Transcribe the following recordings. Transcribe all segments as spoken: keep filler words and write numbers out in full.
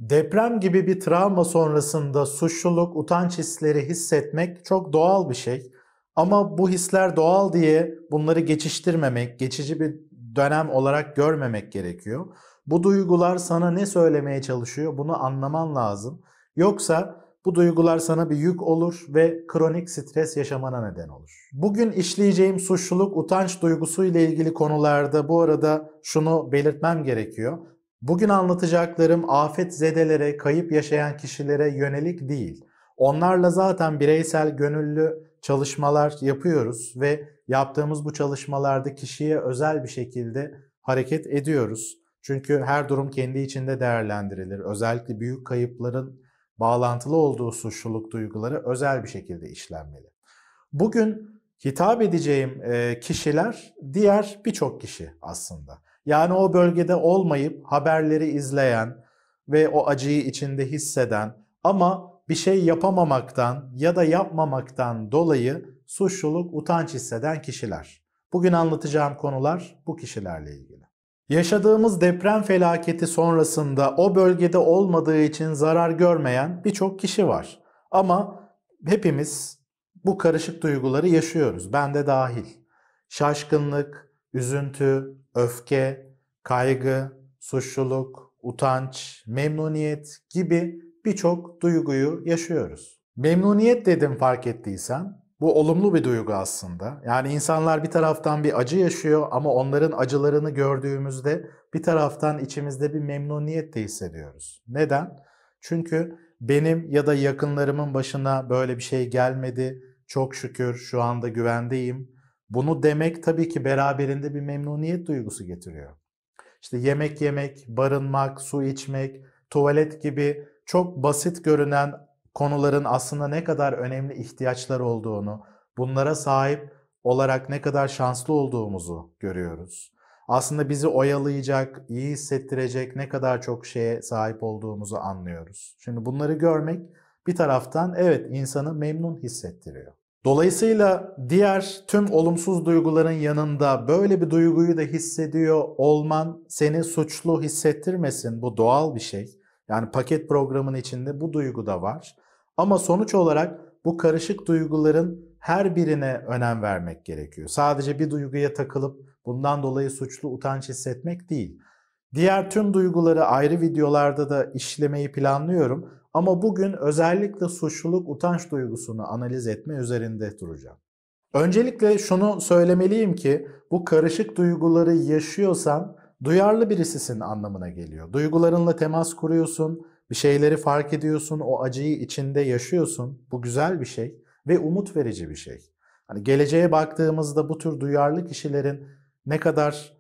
Deprem gibi bir travma sonrasında suçluluk, utanç hisleri hissetmek çok doğal bir şey. Ama bu hisler doğal diye bunları geçiştirmemek, geçici bir dönem olarak görmemek gerekiyor. Bu duygular sana ne söylemeye çalışıyor? Bunu anlaman lazım. Yoksa bu duygular sana bir yük olur ve kronik stres yaşamana neden olur. Bugün işleyeceğim suçluluk, utanç duygusuyla ilgili konularda bu arada şunu belirtmem gerekiyor. Bugün anlatacaklarım afetzedelere, kayıp yaşayan kişilere yönelik değil. Onlarla zaten bireysel gönüllü çalışmalar yapıyoruz ve yaptığımız bu çalışmalarda kişiye özel bir şekilde hareket ediyoruz. Çünkü her durum kendi içinde değerlendirilir. Özellikle büyük kayıpların bağlantılı olduğu suçluluk duyguları özel bir şekilde işlenmeli. Bugün hitap edeceğim kişiler diğer birçok kişi aslında. Yani o bölgede olmayıp haberleri izleyen ve o acıyı içinde hisseden ama bir şey yapamamaktan ya da yapmamaktan dolayı suçluluk, utanç hisseden kişiler. Bugün anlatacağım konular bu kişilerle ilgili. Yaşadığımız deprem felaketi sonrasında o bölgede olmadığı için zarar görmeyen birçok kişi var. Ama hepimiz bu karışık duyguları yaşıyoruz, ben de dahil. Şaşkınlık, üzüntü, öfke, kaygı, suçluluk, utanç, memnuniyet gibi birçok duyguyu yaşıyoruz. Memnuniyet dedim fark ettiysen. Bu olumlu bir duygu aslında. Yani insanlar bir taraftan bir acı yaşıyor ama onların acılarını gördüğümüzde bir taraftan içimizde bir memnuniyet de hissediyoruz. Neden? Çünkü benim ya da yakınlarımın başına böyle bir şey gelmedi. Çok şükür şu anda güvendeyim. Bunu demek tabii ki beraberinde bir memnuniyet duygusu getiriyor. İşte yemek yemek, barınmak, su içmek, tuvalet gibi çok basit görünen konuların aslında ne kadar önemli ihtiyaçlar olduğunu, bunlara sahip olarak ne kadar şanslı olduğumuzu görüyoruz. Aslında bizi oyalayacak, iyi hissettirecek ne kadar çok şeye sahip olduğumuzu anlıyoruz. Şimdi bunları görmek bir taraftan evet insanı memnun hissettiriyor. Dolayısıyla diğer tüm olumsuz duyguların yanında böyle bir duyguyu da hissediyor olman seni suçlu hissettirmesin. Bu doğal bir şey. Yani paket programın içinde bu duygu da var. Ama sonuç olarak bu karışık duyguların her birine önem vermek gerekiyor. Sadece bir duyguya takılıp bundan dolayı suçlu, utanç hissetmek değil. Diğer tüm duyguları ayrı videolarda da işlemeyi planlıyorum. Ama bugün özellikle suçluluk, utanç duygusunu analiz etme üzerinde duracağım. Öncelikle şunu söylemeliyim ki bu karışık duyguları yaşıyorsan duyarlı birisisin anlamına geliyor. Duygularınla temas kuruyorsun, bir şeyleri fark ediyorsun, o acıyı içinde yaşıyorsun. Bu güzel bir şey ve umut verici bir şey. Hani geleceğe baktığımızda bu tür duyarlı kişilerin ne kadar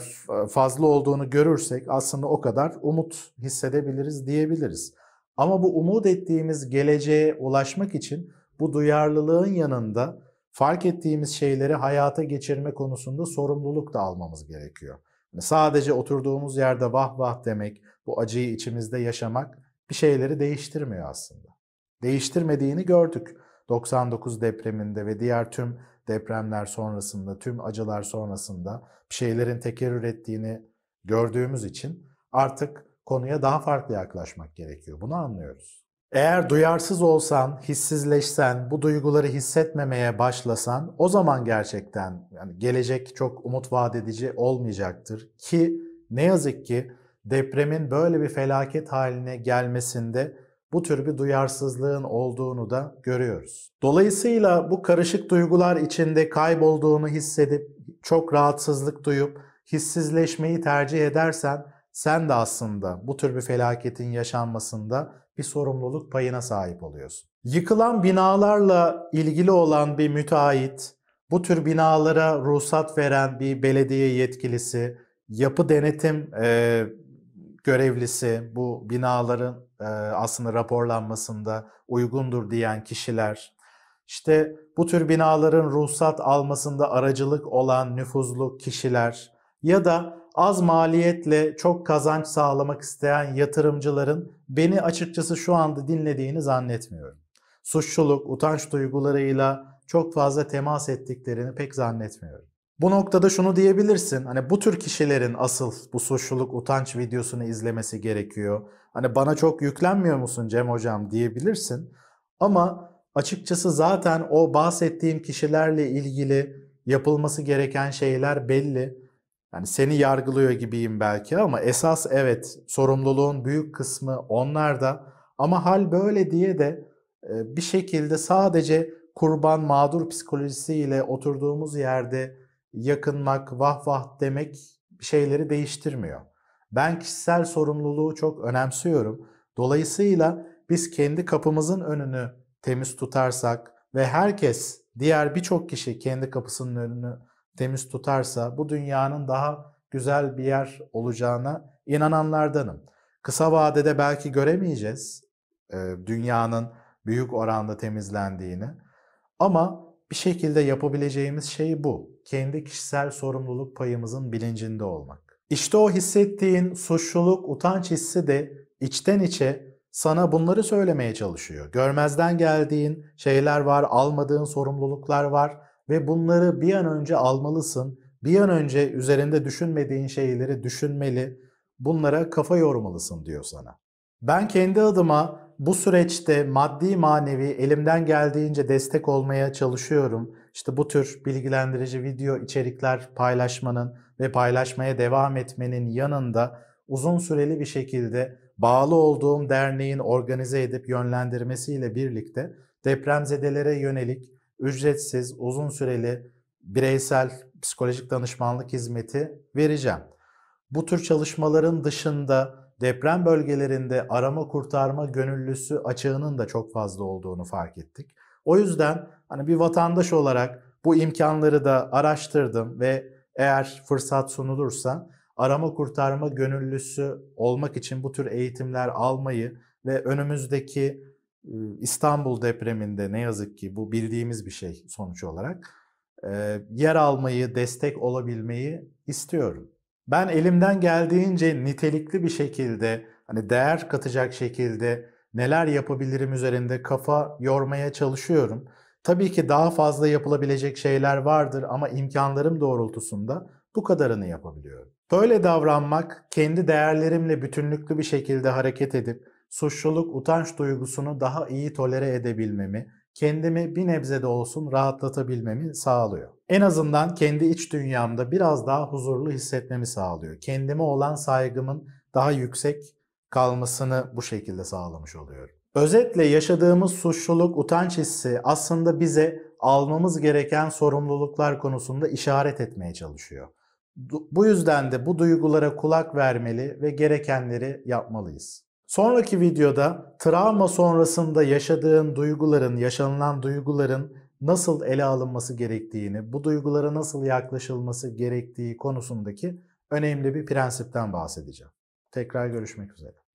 fazla olduğunu görürsek aslında o kadar umut hissedebiliriz diyebiliriz. Ama bu umut ettiğimiz geleceğe ulaşmak için bu duyarlılığın yanında fark ettiğimiz şeyleri hayata geçirme konusunda sorumluluk da almamız gerekiyor. Yani sadece oturduğumuz yerde vah vah demek, bu acıyı içimizde yaşamak bir şeyleri değiştirmiyor aslında. Değiştirmediğini gördük doksan dokuz depreminde ve diğer tüm depremler sonrasında, tüm acılar sonrasında bir şeylerin tekerrür ettiğini gördüğümüz için artık konuya daha farklı yaklaşmak gerekiyor. Bunu anlıyoruz. Eğer duyarsız olsan, hissizleşsen, bu duyguları hissetmemeye başlasan o zaman gerçekten yani gelecek çok umut vaat edici olmayacaktır. Ki ne yazık ki depremin böyle bir felaket haline gelmesinde bu tür bir duyarsızlığın olduğunu da görüyoruz. Dolayısıyla bu karışık duygular içinde kaybolduğunu hissedip çok rahatsızlık duyup hissizleşmeyi tercih edersen sen de aslında bu tür bir felaketin yaşanmasında bir sorumluluk payına sahip oluyorsun. Yıkılan binalarla ilgili olan bir müteahhit, bu tür binalara ruhsat veren bir belediye yetkilisi, yapı denetim e, görevlisi, bu binaların e, aslında raporlanmasında uygundur diyen kişiler, işte bu tür binaların ruhsat almasında aracılık olan nüfuzlu kişiler ya da az maliyetle çok kazanç sağlamak isteyen yatırımcıların beni açıkçası şu anda dinlediğini zannetmiyorum. Suçluluk, utanç duygularıyla çok fazla temas ettiklerini pek zannetmiyorum. Bu noktada şunu diyebilirsin. Hani bu tür kişilerin asıl bu suçluluk, utanç videosunu izlemesi gerekiyor. Hani bana çok yüklenmiyor musun Cem hocam diyebilirsin. Ama açıkçası zaten o bahsettiğim kişilerle ilgili yapılması gereken şeyler belli. Yani seni yargılıyor gibiyim belki ama esas evet sorumluluğun büyük kısmı onlarda. Ama hal böyle diye de e, bir şekilde sadece kurban mağdur psikolojisiyle oturduğumuz yerde yakınmak, vah vah demek bir şeyleri değiştirmiyor. Ben kişisel sorumluluğu çok önemsiyorum. Dolayısıyla biz kendi kapımızın önünü temiz tutarsak ve herkes, diğer birçok kişi kendi kapısının önünü temiz tutarsa bu dünyanın daha güzel bir yer olacağına inananlardanım. Kısa vadede belki göremeyeceğiz e, dünyanın büyük oranda temizlendiğini. Ama bir şekilde yapabileceğimiz şey bu. Kendi kişisel sorumluluk payımızın bilincinde olmak. İşte o hissettiğin suçluluk, utanç hissi de içten içe sana bunları söylemeye çalışıyor. Görmezden geldiğin şeyler var, almadığın sorumluluklar var ve bunları bir an önce almalısın. Bir an önce üzerinde düşünmediğin şeyleri düşünmeli, bunlara kafa yormalısın diyor sana. Ben kendi adıma bu süreçte maddi manevi elimden geldiğince destek olmaya çalışıyorum. İşte bu tür bilgilendirici video içerikler paylaşmanın ve paylaşmaya devam etmenin yanında uzun süreli bir şekilde bağlı olduğum derneğin organize edip yönlendirmesiyle birlikte depremzedelere yönelik ücretsiz, uzun süreli bireysel psikolojik danışmanlık hizmeti vereceğim. Bu tür çalışmaların dışında deprem bölgelerinde arama kurtarma gönüllüsü açığının da çok fazla olduğunu fark ettik. O yüzden hani bir vatandaş olarak bu imkanları da araştırdım ve eğer fırsat sunulursa arama kurtarma gönüllüsü olmak için bu tür eğitimler almayı ve önümüzdeki İstanbul depreminde ne yazık ki bu bildiğimiz bir şey sonuç olarak yer almayı, destek olabilmeyi istiyorum. Ben elimden geldiğince nitelikli bir şekilde, hani değer katacak şekilde neler yapabilirim üzerinde kafa yormaya çalışıyorum. Tabii ki daha fazla yapılabilecek şeyler vardır ama imkanlarım doğrultusunda bu kadarını yapabiliyorum. Böyle davranmak, kendi değerlerimle bütünlüklü bir şekilde hareket edip suçluluk, utanç duygusunu daha iyi tolere edebilmemi, kendimi bir nebze de olsun rahatlatabilmemi sağlıyor. En azından kendi iç dünyamda biraz daha huzurlu hissetmemi sağlıyor. Kendime olan saygımın daha yüksek kalmasını bu şekilde sağlamış oluyorum. Özetle yaşadığımız suçluluk, utanç hissi aslında bize almamız gereken sorumluluklar konusunda işaret etmeye çalışıyor. Bu yüzden de bu duygulara kulak vermeli ve gerekenleri yapmalıyız. Sonraki videoda travma sonrasında yaşadığın duyguların, yaşanılan duyguların nasıl ele alınması gerektiğini, bu duygulara nasıl yaklaşılması gerektiği konusundaki önemli bir prensipten bahsedeceğim. Tekrar görüşmek üzere.